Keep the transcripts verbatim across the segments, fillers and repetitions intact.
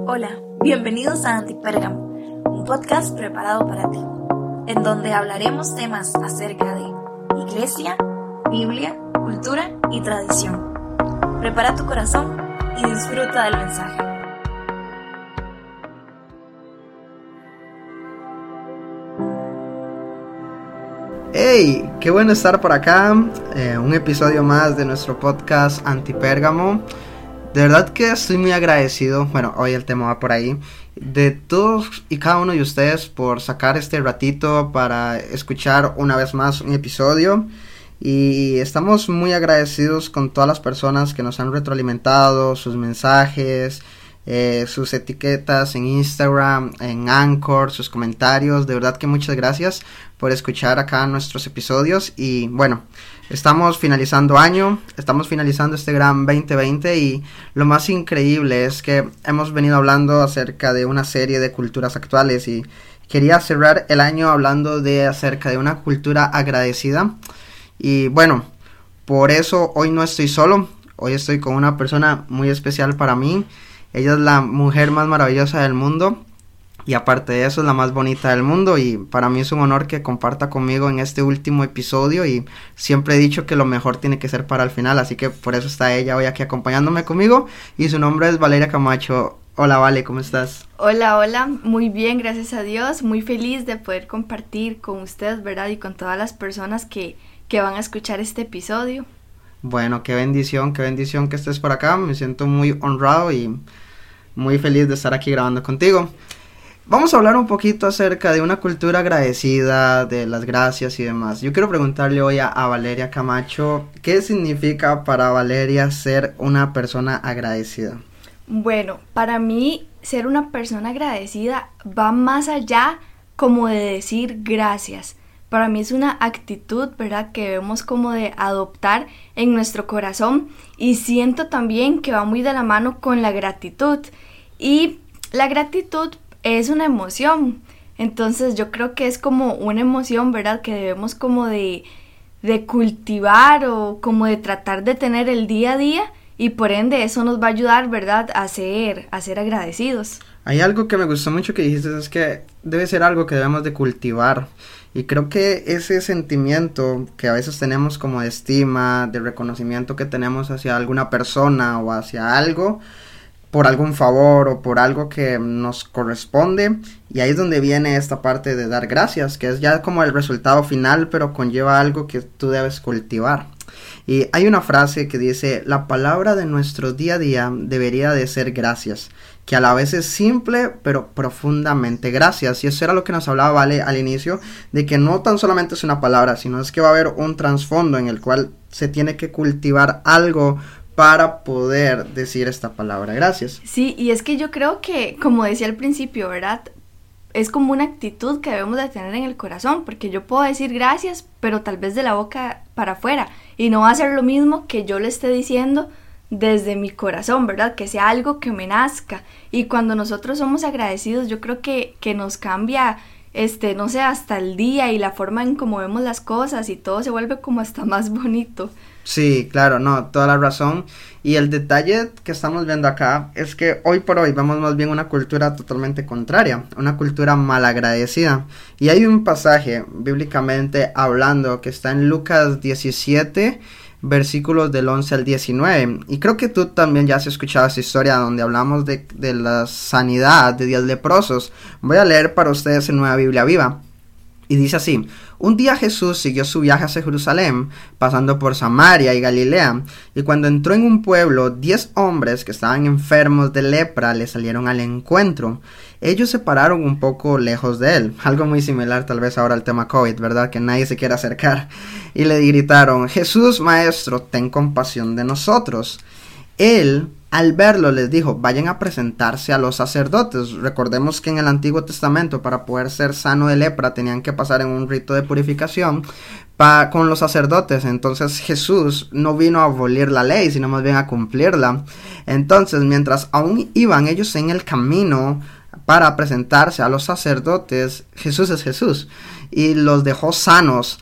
Hola, bienvenidos a Antipérgamo, un podcast preparado para ti, en donde hablaremos temas acerca de iglesia, Biblia, cultura y tradición. Prepara tu corazón y disfruta del mensaje. ¡Hey! ¡Qué bueno estar por acá! Eh, un episodio más de nuestro podcast Antipérgamo. De verdad que estoy muy agradecido, bueno, hoy el tema va por ahí, de todos y cada uno de ustedes por sacar este ratito para escuchar una vez más un episodio. Y estamos muy agradecidos con todas las personas que nos han retroalimentado, sus mensajes, eh, sus etiquetas en Instagram, en Anchor, sus comentarios. De verdad que muchas gracias por escuchar acá nuestros episodios. Y bueno, estamos finalizando año, estamos finalizando este gran veinte veinte y lo más increíble es que hemos venido hablando acerca de una serie de culturas actuales y quería cerrar el año hablando de acerca de una cultura agradecida. Y bueno, por eso hoy no estoy solo, hoy estoy con una persona muy especial para mí. Ella es la mujer más maravillosa del mundo y aparte de eso es la más bonita del mundo, y para mí es un honor que comparta conmigo en este último episodio, y siempre he dicho que lo mejor tiene que ser para el final, así que por eso está ella hoy aquí acompañándome conmigo, y su nombre es Valeria Camacho. Hola Vale, ¿cómo estás? Hola, hola, muy bien, gracias a Dios, muy feliz de poder compartir con usted, ¿verdad? Y con todas las personas que, que van a escuchar este episodio. Bueno, qué bendición, qué bendición que estés por acá, me siento muy honrado y muy feliz de estar aquí grabando contigo. Vamos a hablar un poquito acerca de una cultura agradecida, de las gracias y demás. Yo quiero preguntarle hoy a, a Valeria Camacho, ¿qué significa para Valeria ser una persona agradecida? Bueno, para mí ser una persona agradecida va más allá como de decir gracias. Para mí es una actitud, ¿verdad?, que debemos como de adoptar en nuestro corazón, y siento también que va muy de la mano con la gratitud. Y la gratitud es una emoción, entonces yo creo que es como una emoción, ¿verdad?, que debemos como de, de cultivar o como de tratar de tener el día a día, y por ende eso nos va a ayudar, ¿verdad?, a ser, a ser agradecidos. Hay algo que me gustó mucho que dijiste, es que debe ser algo que debemos de cultivar, y creo que ese sentimiento que a veces tenemos como de estima, de reconocimiento que tenemos hacia alguna persona o hacia algo, por algún favor o por algo que nos corresponde, y ahí es donde viene esta parte de dar gracias, que es ya como el resultado final, pero conlleva algo que tú debes cultivar. Y hay una frase que dice: la palabra de nuestro día a día debería de ser gracias, que a la vez es simple pero profundamente gracias. Y eso era lo que nos hablaba Vale al inicio, de que no tan solamente es una palabra, sino es que va a haber un trasfondo en el cual se tiene que cultivar algo para poder decir esta palabra gracias. Sí, y es que yo creo que, como decía al principio, ¿verdad?, es como una actitud que debemos de tener en el corazón, porque yo puedo decir gracias, pero tal vez de la boca para afuera, y no va a ser lo mismo que yo le esté diciendo desde mi corazón, ¿verdad?, que sea algo que me nazca. Y cuando nosotros somos agradecidos, yo creo que, que nos cambia, este, no sé, hasta el día y la forma en cómo vemos las cosas, y todo se vuelve como hasta más bonito. Sí, claro, no, toda la razón. Y el detalle que estamos viendo acá es que hoy por hoy vemos más bien una cultura totalmente contraria, una cultura malagradecida. Y hay un pasaje bíblicamente hablando que está en Lucas diecisiete, versículos del once al diecinueve. Y creo que tú también ya has escuchado esa historia donde hablamos de, de la sanidad de diez leprosos. Voy a leer para ustedes en Nueva Biblia Viva. Y dice así: un día Jesús siguió su viaje hacia Jerusalén, pasando por Samaria y Galilea, y cuando entró en un pueblo, diez hombres que estaban enfermos de lepra le salieron al encuentro. Ellos se pararon un poco lejos de él, algo muy similar tal vez ahora al tema COVID, ¿verdad?, que nadie se quiere acercar, y le gritaron: Jesús, maestro, ten compasión de nosotros. Él, al verlo, les dijo: vayan a presentarse a los sacerdotes. Recordemos que en el Antiguo Testamento, para poder ser sano de lepra, tenían que pasar en un rito de purificación pa- con los sacerdotes. Entonces Jesús no vino a abolir la ley, sino más bien a cumplirla. Entonces, mientras aún iban ellos en el camino para presentarse a los sacerdotes, Jesús es Jesús, y los dejó sanos.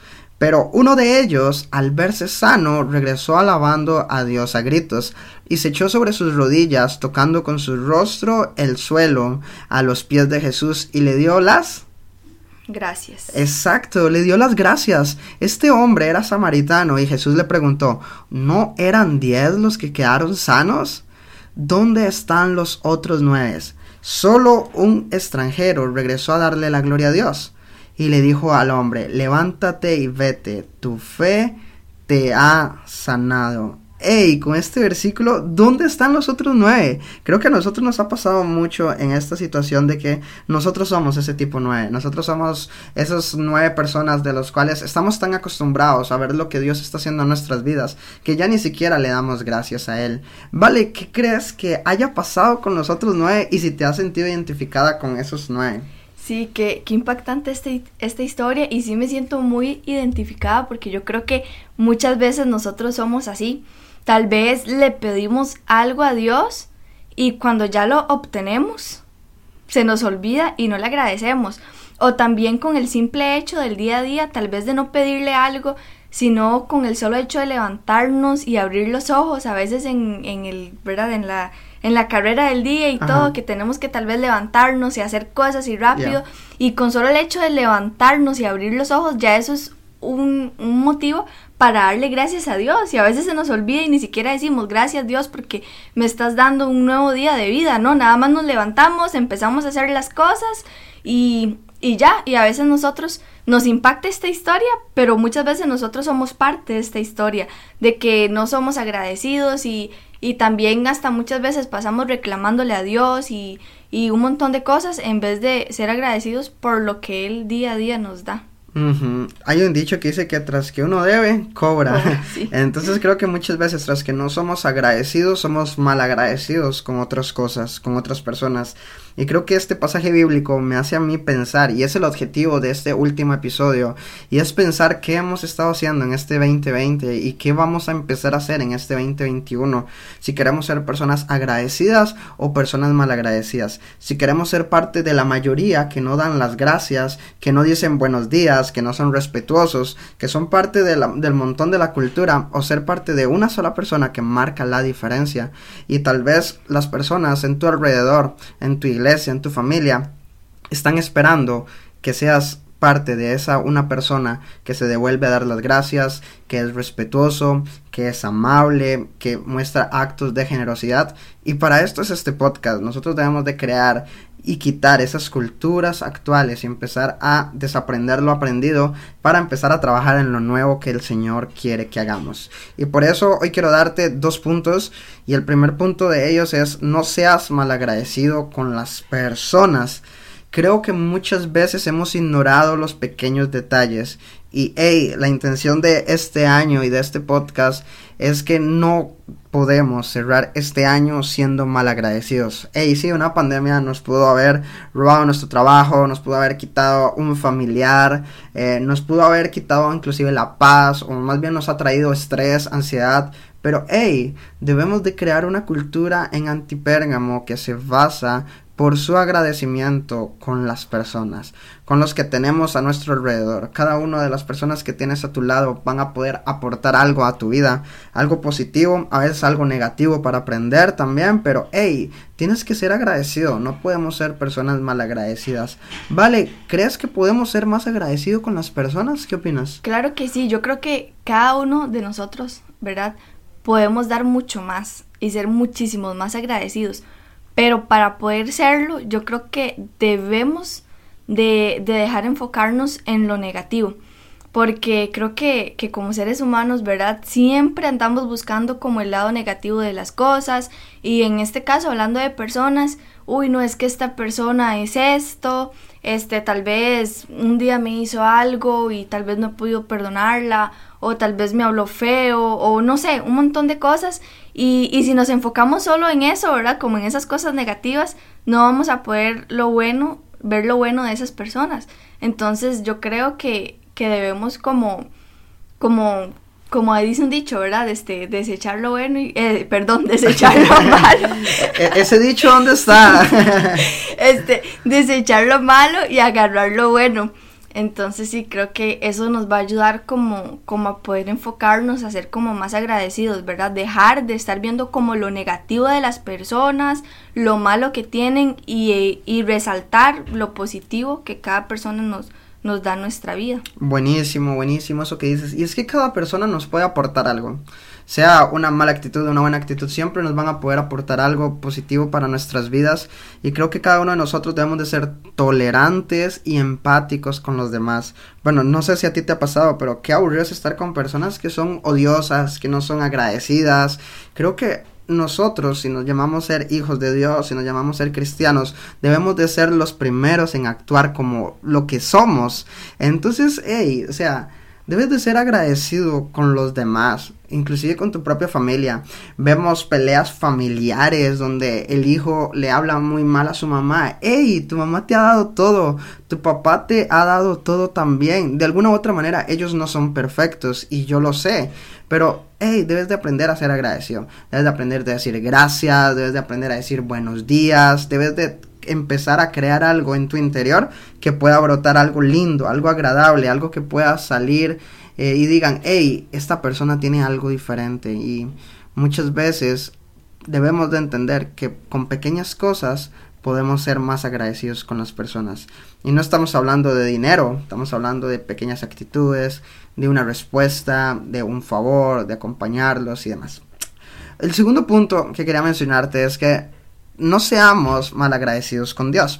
Pero uno de ellos, al verse sano, regresó alabando a Dios a gritos y se echó sobre sus rodillas, tocando con su rostro el suelo a los pies de Jesús y le dio las... Gracias. Exacto, le dio las gracias. Este hombre era samaritano y Jesús le preguntó, ¿no eran diez los que quedaron sanos? ¿Dónde están los otros nueve? Solo un extranjero regresó a darle la gloria a Dios. Y le dijo al hombre, levántate y vete, tu fe te ha sanado. Ey, con este versículo, ¿dónde están los otros nueve? Creo que a nosotros nos ha pasado mucho en esta situación de que nosotros somos ese tipo nueve. Nosotros somos esas nueve personas de los cuales estamos tan acostumbrados a ver lo que Dios está haciendo en nuestras vidas que ya ni siquiera le damos gracias a Él. Vale, ¿qué crees que haya pasado con los otros nueve y si te has sentido identificada con esos nueve? Sí, qué, qué impactante este, esta historia y sí me siento muy identificada porque yo creo que muchas veces nosotros somos así. Tal vez le pedimos algo a Dios y cuando ya lo obtenemos se nos olvida y no le agradecemos. O también con el simple hecho del día a día, tal vez de no pedirle algo, sino con el solo hecho de levantarnos y abrir los ojos, a veces en, en el, ¿verdad? En la, en la carrera del día y Ajá. todo, que tenemos que tal vez levantarnos y hacer cosas y rápido, yeah. y con solo el hecho de levantarnos y abrir los ojos, ya eso es un, un motivo para darle gracias a Dios, y a veces se nos olvida y ni siquiera decimos gracias Dios porque me estás dando un nuevo día de vida, ¿no? Nada más nos levantamos, empezamos a hacer las cosas y, y ya, y a veces nosotros nos impacta esta historia, pero muchas veces nosotros somos parte de esta historia, de que no somos agradecidos y, y también hasta muchas veces pasamos reclamándole a Dios y, y un montón de cosas en vez de ser agradecidos por lo que Él día a día nos da. Uh-huh. Hay un dicho que dice que tras que uno debe, cobra. Oh, sí. Entonces creo que muchas veces tras que no somos agradecidos, somos mal agradecidos con otras cosas, con otras personas. Y creo que este pasaje bíblico me hace a mí pensar, y es el objetivo de este último episodio, y es pensar qué hemos estado haciendo en este veinte veinte y qué vamos a empezar a hacer en este veinte veintiuno. Si queremos ser personas agradecidas o personas malagradecidas. Si queremos ser parte de la mayoría que no dan las gracias, que no dicen buenos días, que no son respetuosos, que son parte de la, del montón de la cultura, o ser parte de una sola persona que marca la diferencia. Y tal vez las personas en tu alrededor, en tu iglesia, en tu familia, están esperando que seas parte de esa una persona que se devuelve a dar las gracias, que es respetuoso, que es amable, que muestra actos de generosidad. Y para esto es este podcast. Nosotros debemos de crear y quitar esas culturas actuales y empezar a desaprender lo aprendido para empezar a trabajar en lo nuevo que el Señor quiere que hagamos. Y por eso hoy quiero darte dos puntos, y el primer punto de ellos es: no seas malagradecido con las personas. Creo que muchas veces hemos ignorado los pequeños detalles. Y hey, la intención de este año y de este podcast es que no podemos cerrar este año siendo malagradecidos. Hey, sí, una pandemia nos pudo haber robado nuestro trabajo, nos pudo haber quitado un familiar, eh, nos pudo haber quitado inclusive la paz, o más bien nos ha traído estrés, ansiedad. Pero hey, debemos de crear una cultura en Antipérgamo que se basa por su agradecimiento con las personas, con los que tenemos a nuestro alrededor. Cada una de las personas que tienes a tu lado van a poder aportar algo a tu vida, algo positivo, a veces algo negativo para aprender también, pero hey, tienes que ser agradecido, no podemos ser personas malagradecidas. Vale, ¿crees que podemos ser más agradecidos con las personas? ¿Qué opinas? Claro que sí, yo creo que cada uno de nosotros, ¿verdad?, podemos dar mucho más y ser muchísimos más agradecidos. Pero para poder serlo, yo creo que debemos de, de dejar enfocarnos en lo negativo. Porque creo que, que como seres humanos, ¿verdad?, siempre andamos buscando como el lado negativo de las cosas. Y en este caso, hablando de personas, uy, no, es que esta persona es esto, este, tal vez un día me hizo algo y tal vez no he podido perdonarla, o tal vez me habló feo, o no sé, un montón de cosas. Y, y si nos enfocamos solo en eso, ¿verdad?, como en esas cosas negativas, no vamos a poder lo bueno, ver lo bueno de esas personas. Entonces yo creo que, que debemos como, como, como dice un dicho, ¿verdad?, este, desechar lo bueno y, eh, perdón, desechar lo malo. ¿Ese dicho dónde está? este, desechar lo malo y agarrar lo bueno. Entonces sí, creo que eso nos va a ayudar como, como a poder enfocarnos a ser como más agradecidos, ¿verdad? Dejar de estar viendo como lo negativo de las personas, lo malo que tienen y, y resaltar lo positivo que cada persona nos, nos da en nuestra vida. Buenísimo, buenísimo eso que dices. Y es que cada persona nos puede aportar algo. Sea una mala actitud o una buena actitud, siempre nos van a poder aportar algo positivo para nuestras vidas. Y creo que cada uno de nosotros debemos de ser tolerantes y empáticos con los demás. Bueno, no sé si a ti te ha pasado, pero qué aburrido es estar con personas que son odiosas, que no son agradecidas. Creo que nosotros, si nos llamamos ser hijos de Dios, si nos llamamos ser cristianos, debemos de ser los primeros en actuar como lo que somos. Entonces, hey, o sea, debes de ser agradecido con los demás, inclusive con tu propia familia. Vemos peleas familiares donde el hijo le habla muy mal a su mamá. Hey, tu mamá te ha dado todo, tu papá te ha dado todo también. De alguna u otra manera, ellos no son perfectos y yo lo sé. Pero, hey, debes de aprender a ser agradecido. Debes de aprender a decir gracias, debes de aprender a decir buenos días, debes de empezar a crear algo en tu interior que pueda brotar algo lindo, algo agradable, algo que pueda salir eh, y digan, hey, esta persona tiene algo diferente. Y muchas veces debemos de entender que con pequeñas cosas podemos ser más agradecidos con las personas. Y no estamos hablando de dinero, estamos hablando de pequeñas actitudes, de una respuesta, de un favor, de acompañarlos y demás. El segundo punto que quería mencionarte es que no seamos malagradecidos con Dios.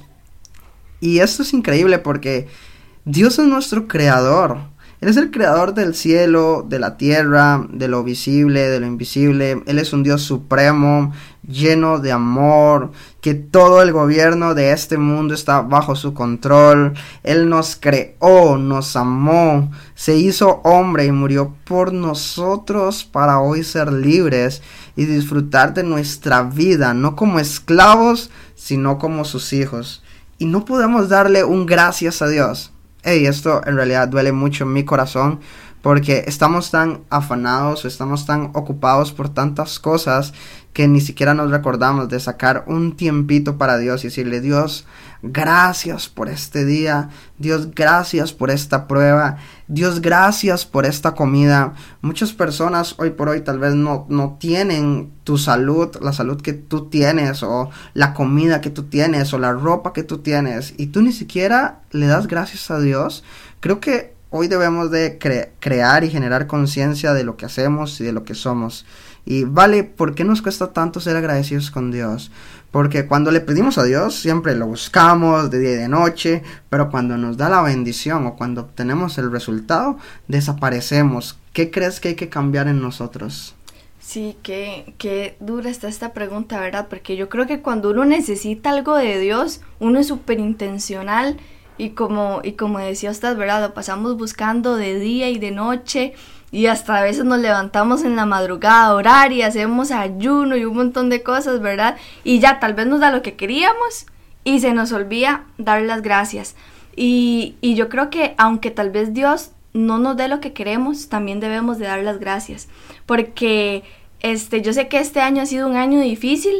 Y esto es increíble porque Dios es nuestro creador. Él es el creador del cielo, de la tierra, de lo visible, de lo invisible. Él es un Dios supremo, lleno de amor, que todo el gobierno de este mundo está bajo su control. Él nos creó, nos amó, se hizo hombre y murió por nosotros para hoy ser libres y disfrutar de nuestra vida, no como esclavos, sino como sus hijos. Y no podemos darle un gracias a Dios. Hey, esto en realidad duele mucho en mi corazón porque estamos tan afanados, estamos tan ocupados por tantas cosas que ni siquiera nos recordamos de sacar un tiempito para Dios y decirle, Dios, gracias por este día, Dios, gracias por esta prueba, Dios, gracias por esta comida. Muchas personas hoy por hoy tal vez no, no tienen tu salud, la salud que tú tienes, o la comida que tú tienes, o la ropa que tú tienes, y tú ni siquiera le das gracias a Dios. Creo que hoy debemos de cre- crear y generar conciencia de lo que hacemos y de lo que somos. Y vale, ¿por qué nos cuesta tanto ser agradecidos con Dios? Porque cuando le pedimos a Dios, siempre lo buscamos de día y de noche, pero cuando nos da la bendición o cuando obtenemos el resultado, desaparecemos. ¿Qué crees que hay que cambiar en nosotros? Sí, qué, qué dura está esta pregunta, ¿verdad? Porque yo creo que cuando uno necesita algo de Dios, uno es súper intencional. Y como, y como decía usted, ¿verdad? Lo pasamos buscando de día y de noche y hasta a veces nos levantamos en la madrugada a orar y hacemos ayuno y un montón de cosas, ¿verdad? Y ya tal vez nos da lo que queríamos y se nos olvida dar las gracias. Y, y yo creo que aunque tal vez Dios no nos dé lo que queremos, también debemos de dar las gracias. Porque este, yo sé que este año ha sido un año difícil,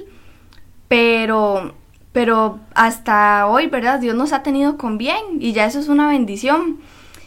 pero... Pero hasta hoy, ¿verdad? Dios nos ha tenido con bien y ya eso es una bendición.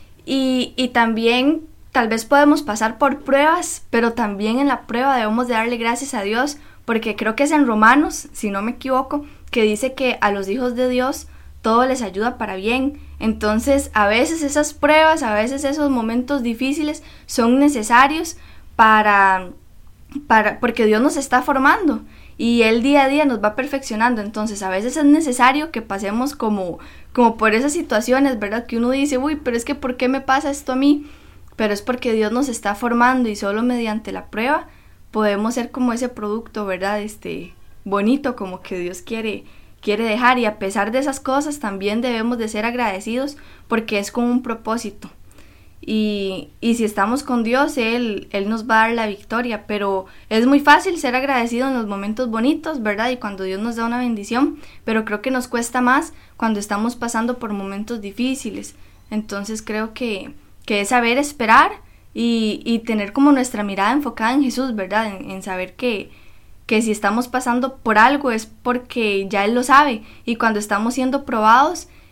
Y, y también tal vez podemos pasar por pruebas, pero también en la prueba debemos de darle gracias a Dios, porque creo que es en Romanos, si no me equivoco, que dice que a los hijos de Dios todo les ayuda para bien. Entonces, a veces esas pruebas, a veces esos momentos difíciles son necesarios para, para porque Dios nos está formando. Y Él día a día nos va perfeccionando. Entonces a veces es necesario que pasemos como, como por esas situaciones, ¿verdad? Que uno dice, uy, pero es que ¿por qué me pasa esto a mí? Pero es porque Dios nos está formando y solo mediante la prueba podemos ser como ese producto, ¿verdad? Este, bonito, como que Dios quiere, quiere dejar. Y a pesar de esas cosas también debemos de ser agradecidos porque es con un propósito. Y, y si estamos con Dios, Él, Él nos va a dar la victoria, pero es muy fácil ser agradecido en los momentos bonitos, ¿verdad? Y cuando Dios nos da una bendición, pero creo que nos cuesta más cuando estamos pasando por momentos difíciles. Entonces creo que, que es saber esperar y, y tener como nuestra mirada enfocada en Jesús, ¿verdad? En, en saber que, que si estamos pasando por algo es porque ya Él lo sabe, y cuando estamos siendo probados,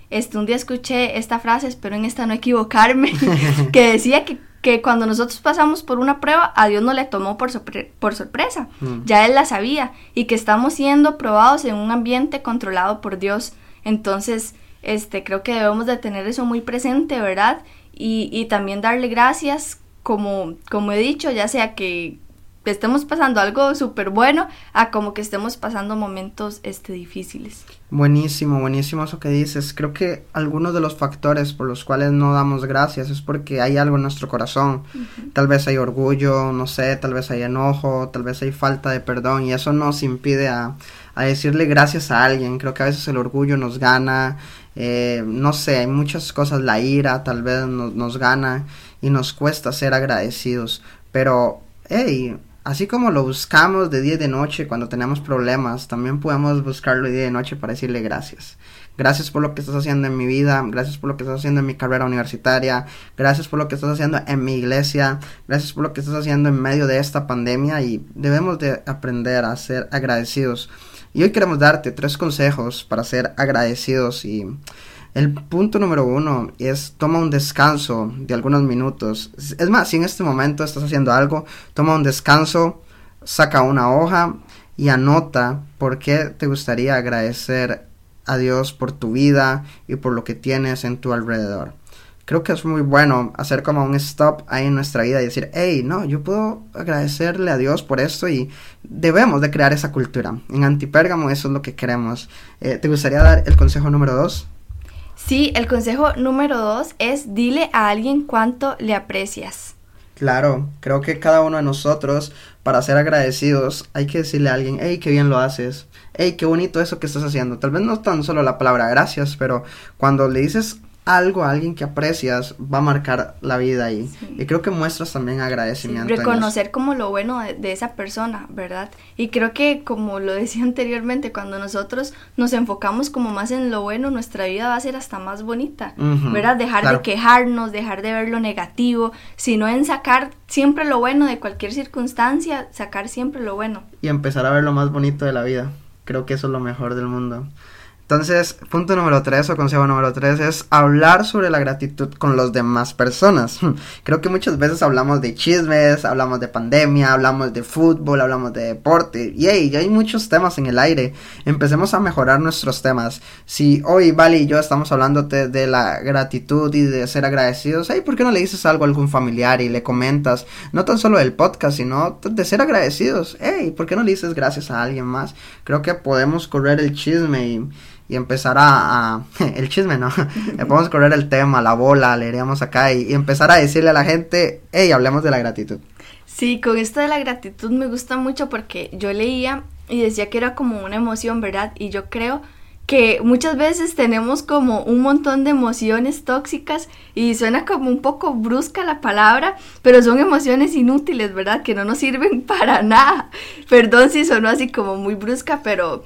este, un día escuché esta frase, espero en esta no equivocarme, que decía que, que cuando nosotros pasamos por una prueba, a Dios no le tomó por, sorpre- por sorpresa, mm. ya Él la sabía, y que estamos siendo probados en un ambiente controlado por Dios. Entonces, este, creo que debemos de tener eso muy presente, ¿verdad? Y, y también darle gracias, como, como he dicho, ya sea que estemos pasando algo súper bueno, a como que estemos pasando momentos este, difíciles. Buenísimo, buenísimo eso que dices. Creo que algunos de los factores por los cuales no damos gracias es porque hay algo en nuestro corazón. Uh-huh. Tal vez hay orgullo, no sé, tal vez hay enojo, tal vez hay falta de perdón, y eso nos impide a, a decirle gracias a alguien. Creo que a veces el orgullo nos gana, eh, no sé, hay muchas cosas, la ira tal vez nos, nos gana y nos cuesta ser agradecidos. Pero, hey, así como lo buscamos de día y de noche cuando tenemos problemas, también podemos buscarlo de día y de noche para decirle gracias. Gracias por lo que estás haciendo en mi vida, gracias por lo que estás haciendo en mi carrera universitaria, gracias por lo que estás haciendo en mi iglesia, gracias por lo que estás haciendo en medio de esta pandemia, y debemos de aprender a ser agradecidos. Y hoy queremos darte tres consejos para ser agradecidos, y el punto número uno es: toma un descanso de algunos minutos. Es más, si en este momento estás haciendo algo, toma un descanso, saca una hoja y anota por qué te gustaría agradecer a Dios por tu vida y por lo que tienes en tu alrededor. Creo que es muy bueno hacer como un stop ahí en nuestra vida y decir, hey, no, yo puedo agradecerle a Dios por esto, y debemos de crear esa cultura. En Antipérgamo eso es lo que queremos. Eh, ¿Te gustaría dar el consejo número dos? Sí, el consejo número dos es: dile a alguien cuánto le aprecias. Claro, creo que cada uno de nosotros, para ser agradecidos, hay que decirle a alguien, hey, qué bien lo haces, hey, qué bonito eso que estás haciendo. Tal vez no tan solo la palabra gracias, pero cuando le dices algo a alguien que aprecias, va a marcar la vida ahí. Sí. Y creo que muestras también agradecimiento. Sí, reconocer como lo bueno de, de esa persona, ¿verdad? Y creo que, como lo decía anteriormente, cuando nosotros nos enfocamos como más en lo bueno, nuestra vida va a ser hasta más bonita, uh-huh, ¿verdad? Dejar claro. de quejarnos, dejar de ver lo negativo, sino en sacar siempre lo bueno de cualquier circunstancia, sacar siempre lo bueno. Y empezar a ver lo más bonito de la vida. Creo que eso es lo mejor del mundo. Entonces, punto número tres o consejo número tres es hablar sobre la gratitud con las demás personas. Creo que muchas veces hablamos de chismes, hablamos de pandemia, hablamos de fútbol, hablamos de deporte. Y hey, ya hay muchos temas en el aire. Empecemos a mejorar nuestros temas. Si hoy Vale y yo estamos hablando de, de la gratitud y de ser agradecidos, hey, ¿por qué no le dices algo a algún familiar y le comentas? No tan solo del podcast, sino de ser agradecidos. Hey, ¿por qué no le dices gracias a alguien más? Creo que podemos correr el chisme y... y empezar a, a el chisme, ¿no? Podemos correr el tema, la bola, le iríamos acá y, y empezar a decirle a la gente, hey, hablemos de la gratitud. Sí, con esto de la gratitud me gusta mucho porque yo leía y decía que era como una emoción, ¿verdad? Y yo creo que muchas veces tenemos como un montón de emociones tóxicas y suena como un poco brusca la palabra, pero son emociones inútiles, ¿verdad? Que no nos sirven para nada. Perdón si sonó así como muy brusca, pero...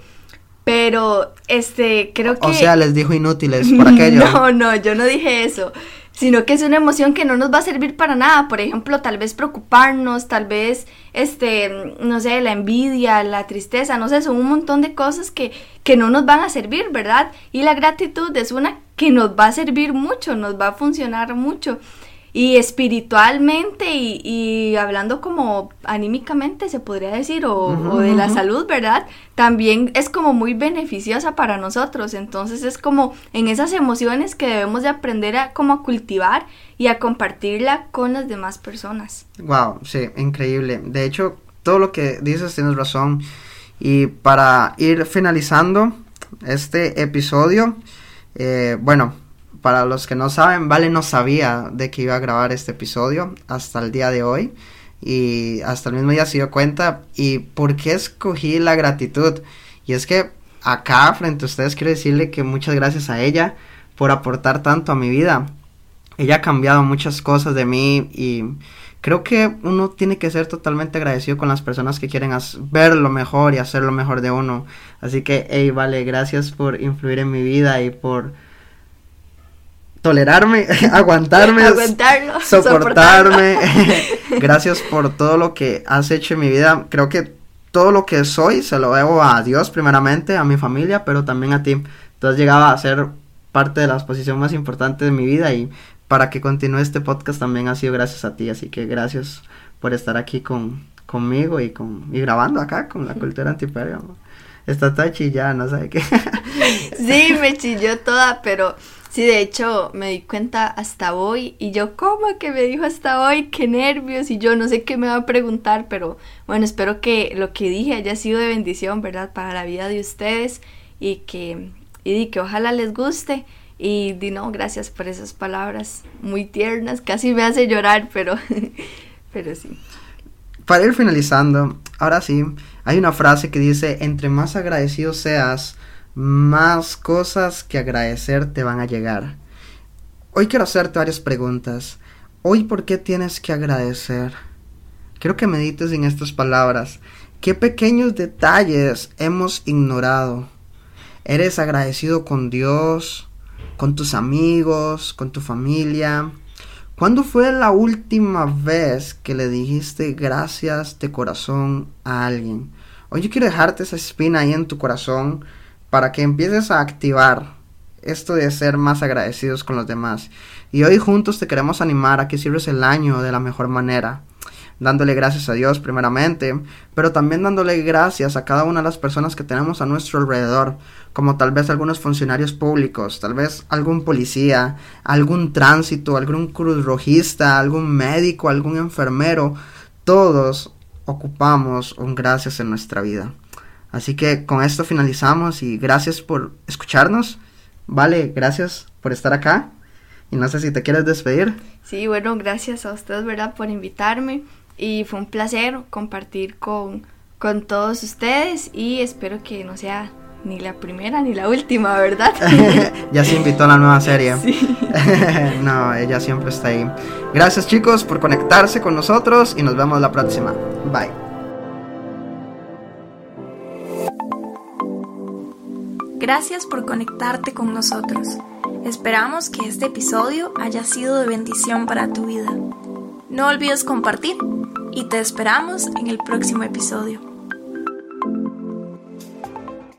Pero, este, creo que... O sea, les dijo inútiles por aquello. No, no, yo no dije eso. Sino que es una emoción que no nos va a servir para nada. Por ejemplo, tal vez preocuparnos, tal vez, este, no sé, la envidia, la tristeza, no sé, son un montón de cosas que, que no nos van a servir, ¿verdad? Y la gratitud es una que nos va a servir mucho, nos va a funcionar mucho. Y espiritualmente y, y hablando como anímicamente se podría decir, o, uh-huh, o de la uh-huh. salud, ¿verdad? También es como muy beneficiosa para nosotros. Entonces es como en esas emociones que debemos de aprender a como a cultivar y a compartirla con las demás personas. Wow, sí, increíble. De hecho, todo lo que dices tienes razón. Y para ir finalizando este episodio, eh, bueno... Para los que no saben, Vale no sabía de que iba a grabar este episodio hasta el día de hoy. Y hasta el mismo día se dio cuenta. ¿Y por qué escogí la gratitud? Y es que acá frente a ustedes quiero decirle que muchas gracias a ella por aportar tanto a mi vida. Ella ha cambiado muchas cosas de mí y creo que uno tiene que ser totalmente agradecido con las personas que quieren ver lo mejor y hacer lo mejor de uno. Así que, hey, Vale, gracias por influir en mi vida y por... tolerarme, aguantarme, Aguantarlo, soportarme. Gracias por todo lo que has hecho en mi vida. Creo que todo lo que soy se lo debo a Dios primeramente, a mi familia, pero también a ti. Tú has llegado a ser parte de la posición más importante de mi vida, y para que continúe este podcast también ha sido gracias a ti, así que gracias por estar aquí con, conmigo y, con, y grabando acá con la cultura antipérgamo. Está toda chillada, no sabe qué. Sí, me chilló toda, pero sí, de hecho me di cuenta hasta hoy, y yo, ¿cómo que me dijo hasta hoy? Qué nervios, y yo no sé qué me va a preguntar, pero bueno, espero que lo que dije haya sido de bendición, ¿verdad? Para la vida de ustedes, y que, y que ojalá les guste, y di no, gracias por esas palabras muy tiernas, casi me hace llorar, pero, pero sí. Para ir finalizando, ahora sí, hay una frase que dice, entre más agradecido seas, más cosas que agradecer te van a llegar. Hoy quiero hacerte varias preguntas. Hoy, ¿por qué tienes que agradecer? Quiero que medites en estas palabras. ¿Qué pequeños detalles hemos ignorado? ¿Eres agradecido con Dios, con tus amigos, con tu familia? ¿Cuándo fue la última vez que le dijiste gracias de corazón a alguien? Hoy yo quiero dejarte esa espina ahí en tu corazón para que empieces a activar esto de ser más agradecidos con los demás. Y hoy juntos te queremos animar a que cierres el año de la mejor manera, dándole gracias a Dios primeramente, pero también dándole gracias a cada una de las personas que tenemos a nuestro alrededor, como tal vez algunos funcionarios públicos, tal vez algún policía, algún tránsito, algún cruzrojista, algún médico, algún enfermero. Todos ocupamos un gracias en nuestra vida. Así que con esto finalizamos y gracias por escucharnos. Vale, gracias por estar acá. Y no sé si te quieres despedir. Sí, bueno, gracias a ustedes, ¿verdad?, por invitarme. Y fue un placer compartir con, con todos ustedes. Y espero que no sea ni la primera ni la última, ¿verdad? Ya se invitó a la nueva serie. Sí. No, ella siempre está ahí. Gracias, chicos, por conectarse con nosotros. Y nos vemos la próxima. Bye. Gracias por conectarte con nosotros. Esperamos que este episodio haya sido de bendición para tu vida. No olvides compartir y te esperamos en el próximo episodio.